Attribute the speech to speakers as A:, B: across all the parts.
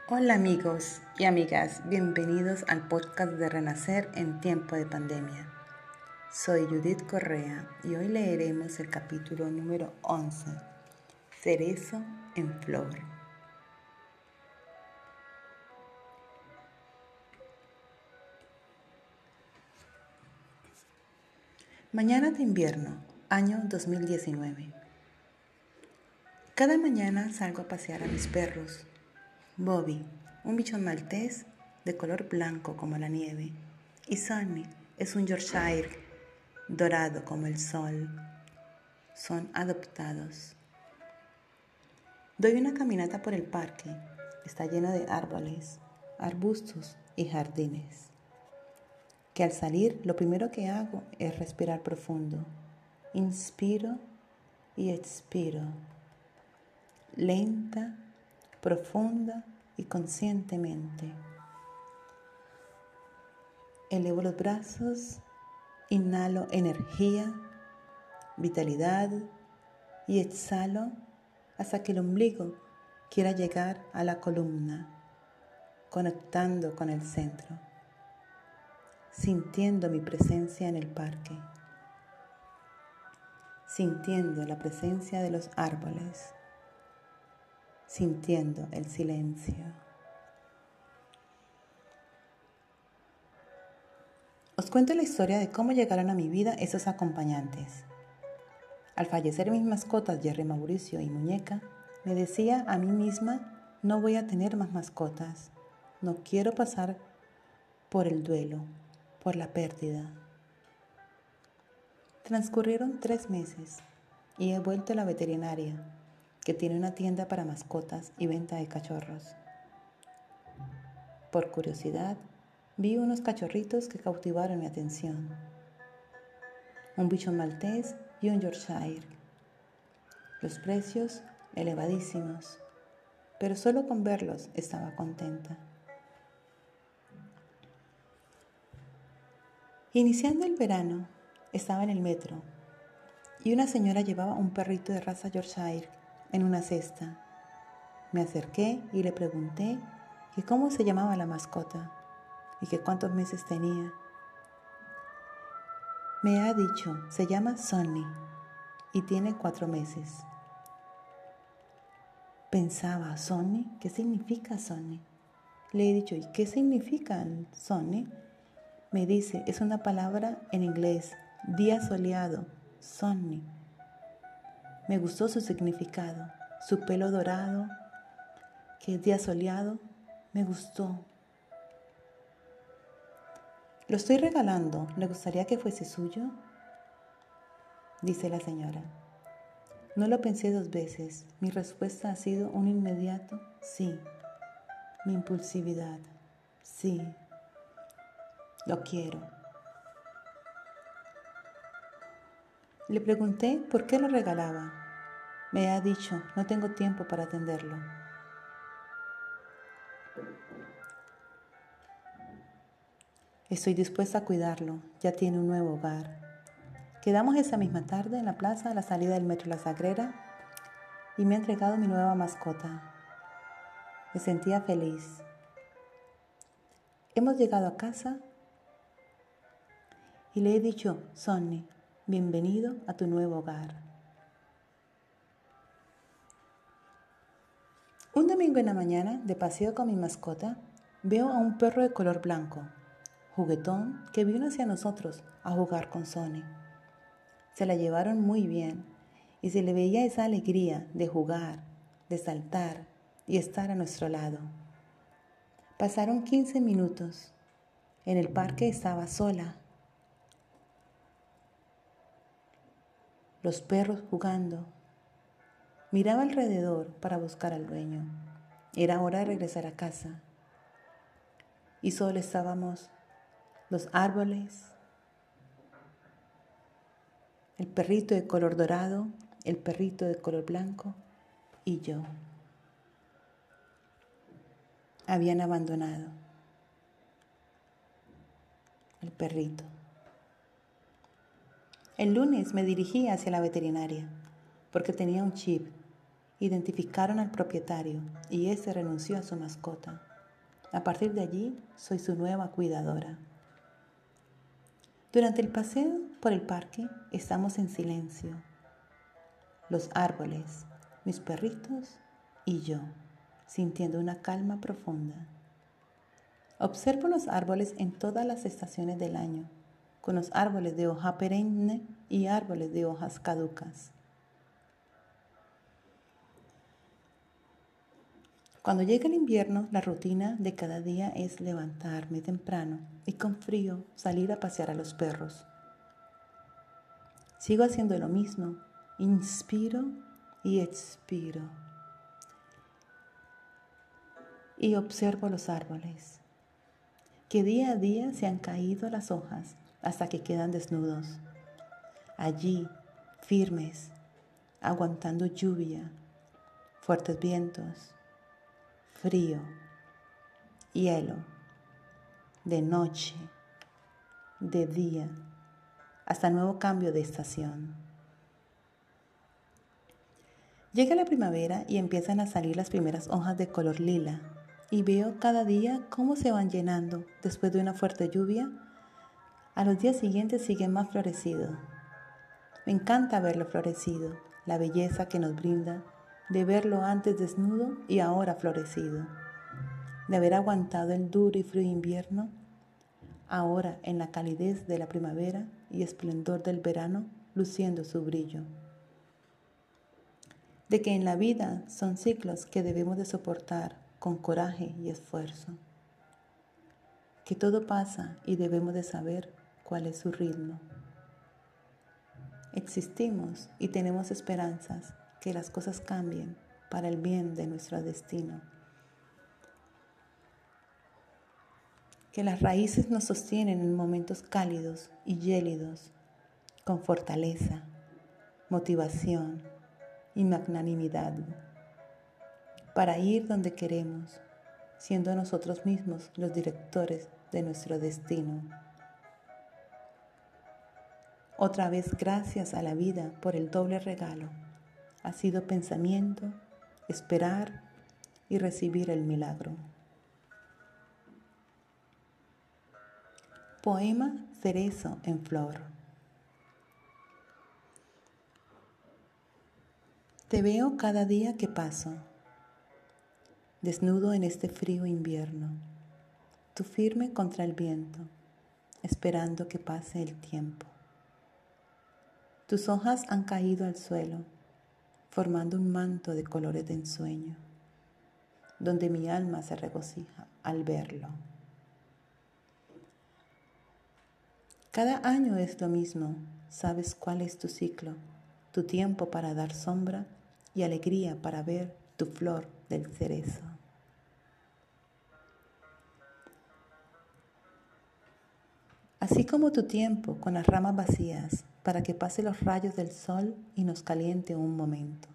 A: Hola amigos y amigas, bienvenidos al podcast de Renacer en tiempo de pandemia. Soy Judith Correa y hoy leeremos el capítulo número 11, Cerezo en Flor. Mañana de invierno, año 2019. Cada mañana salgo a pasear a mis perros. Bobby, un bichón maltés de color blanco como la nieve, y Sonny es un Yorkshire dorado como el sol. Son adoptados. Doy una caminata por el parque. Está lleno de árboles, arbustos y jardines. Que al salir lo primero que hago es respirar profundo. Inspiro y expiro. Lenta, profunda y conscientemente. Elevo los brazos, inhalo energía, vitalidad y exhalo hasta que el ombligo quiera llegar a la columna, conectando con el centro, sintiendo mi presencia en el parque, sintiendo la presencia de los árboles, sintiendo el silencio. Os cuento la historia de cómo llegaron a mi vida esos acompañantes. Al fallecer mis mascotas Jerry, Mauricio y Muñeca, me decía a mí misma, no voy a tener más mascotas, no quiero pasar por el duelo, por la pérdida. Transcurrieron 3 meses y he vuelto a la veterinaria, que tiene una tienda para mascotas y venta de cachorros. Por curiosidad, vi unos cachorritos que cautivaron mi atención. Un bichón maltés y un Yorkshire. Los precios elevadísimos, pero solo con verlos estaba contenta. Iniciando el verano, estaba en el metro y una señora llevaba un perrito de raza Yorkshire en una cesta. Me acerqué y le pregunté que cómo se llamaba la mascota y que cuántos meses tenía. Me ha dicho, se llama Sonny y tiene 4 meses. Pensaba, ¿Sonny? ¿Qué significa Sonny? Le he dicho, ¿y qué significa Sonny? Me dice, es una palabra en inglés, día soleado, Sonny. Me gustó su significado, su pelo dorado, que es día soleado, me gustó. Lo estoy regalando, ¿le gustaría que fuese suyo? Dice la señora. No lo pensé 2 veces, mi respuesta ha sido un inmediato sí. Mi impulsividad, sí. Lo quiero. Le pregunté por qué lo regalaba. Me ha dicho, no tengo tiempo para atenderlo. Estoy dispuesta a cuidarlo, ya tiene un nuevo hogar. Quedamos esa misma tarde en la plaza a la salida del metro La Sagrera y me ha entregado mi nueva mascota. Me sentía feliz. Hemos llegado a casa y le he dicho, Sonny, bienvenido a tu nuevo hogar. Un domingo en la mañana, de paseo con mi mascota, veo a un perro de color blanco, juguetón, que vino hacia nosotros a jugar con Sonny. Se la llevaron muy bien y se le veía esa alegría de jugar, de saltar y estar a nuestro lado. Pasaron 15 minutos. En el parque estaba sola. Los perros jugando. Miraba alrededor para buscar al dueño. Era hora de regresar a casa. Y solo estábamos los árboles, el perrito de color dorado, el perrito de color blanco y yo. Habían abandonado el perrito. El lunes me dirigí hacia la veterinaria porque tenía un chip Identificaron al propietario y ese renunció a su mascota. A partir de allí, soy su nueva cuidadora. Durante el paseo por el parque estamos en silencio. Los árboles, mis perritos y yo, sintiendo una calma profunda. Observo los árboles en todas las estaciones del año, con los árboles de hoja perenne y árboles de hojas caducas. Cuando llega el invierno, la rutina de cada día es levantarme temprano y con frío salir a pasear a los perros. Sigo haciendo lo mismo, inspiro y expiro. Y observo los árboles, que día a día se han caído las hojas hasta que quedan desnudos. Allí, firmes, aguantando lluvia, fuertes vientos, frío, hielo, de noche, de día, hasta nuevo cambio de estación. Llega la primavera y empiezan a salir las primeras hojas de color lila y veo cada día cómo se van llenando después de una fuerte lluvia. A los días siguientes siguen más florecidos. Me encanta verlo florecido, la belleza que nos brinda de verlo antes desnudo y ahora florecido, de haber aguantado el duro y frío invierno, ahora en la calidez de la primavera y esplendor del verano, luciendo su brillo. De que en la vida son ciclos que debemos de soportar con coraje y esfuerzo, que todo pasa y debemos de saber cuál es su ritmo. Existimos y tenemos esperanzas que las cosas cambien para el bien de nuestro destino. Que las raíces nos sostienen en momentos cálidos y gélidos, con fortaleza, motivación y magnanimidad, para ir donde queremos, siendo nosotros mismos los directores de nuestro destino. Otra vez gracias a la vida por el doble regalo. Ha sido pensamiento, esperar y recibir el milagro. Poema Cerezo en Flor. Te veo cada día que paso, desnudo en este frío invierno, tú firme contra el viento, esperando que pase el tiempo. Tus hojas han caído al suelo, formando un manto de colores de ensueño, donde mi alma se regocija al verlo. Cada año es lo mismo, sabes cuál es tu ciclo, tu tiempo para dar sombra y alegría para ver tu flor del cerezo. Así como tu tiempo con las ramas vacías para que pase los rayos del sol y nos caliente un momento.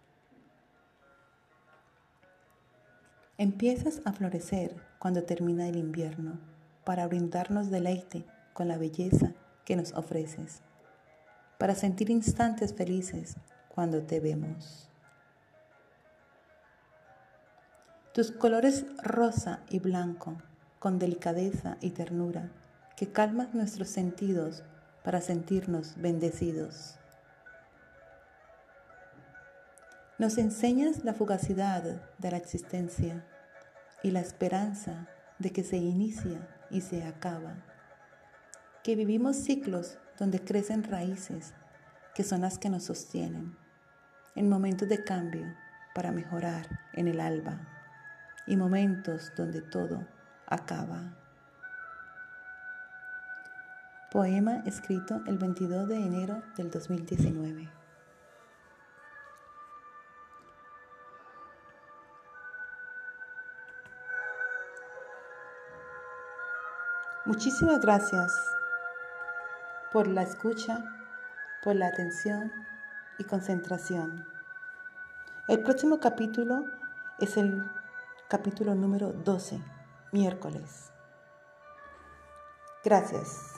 A: Empiezas a florecer cuando termina el invierno para brindarnos deleite con la belleza que nos ofreces, para sentir instantes felices cuando te vemos. Tus colores rosa y blanco, con delicadeza y ternura, que calman nuestros sentidos para sentirnos bendecidos. Nos enseñas la fugacidad de la existencia y la esperanza de que se inicia y se acaba, que vivimos ciclos donde crecen raíces que son las que nos sostienen, en momentos de cambio para mejorar en el alba y momentos donde todo acaba. Poema escrito el 22 de enero del 2019. Muchísimas gracias por la escucha, por la atención y concentración. El próximo capítulo es el capítulo número 12, miércoles. Gracias.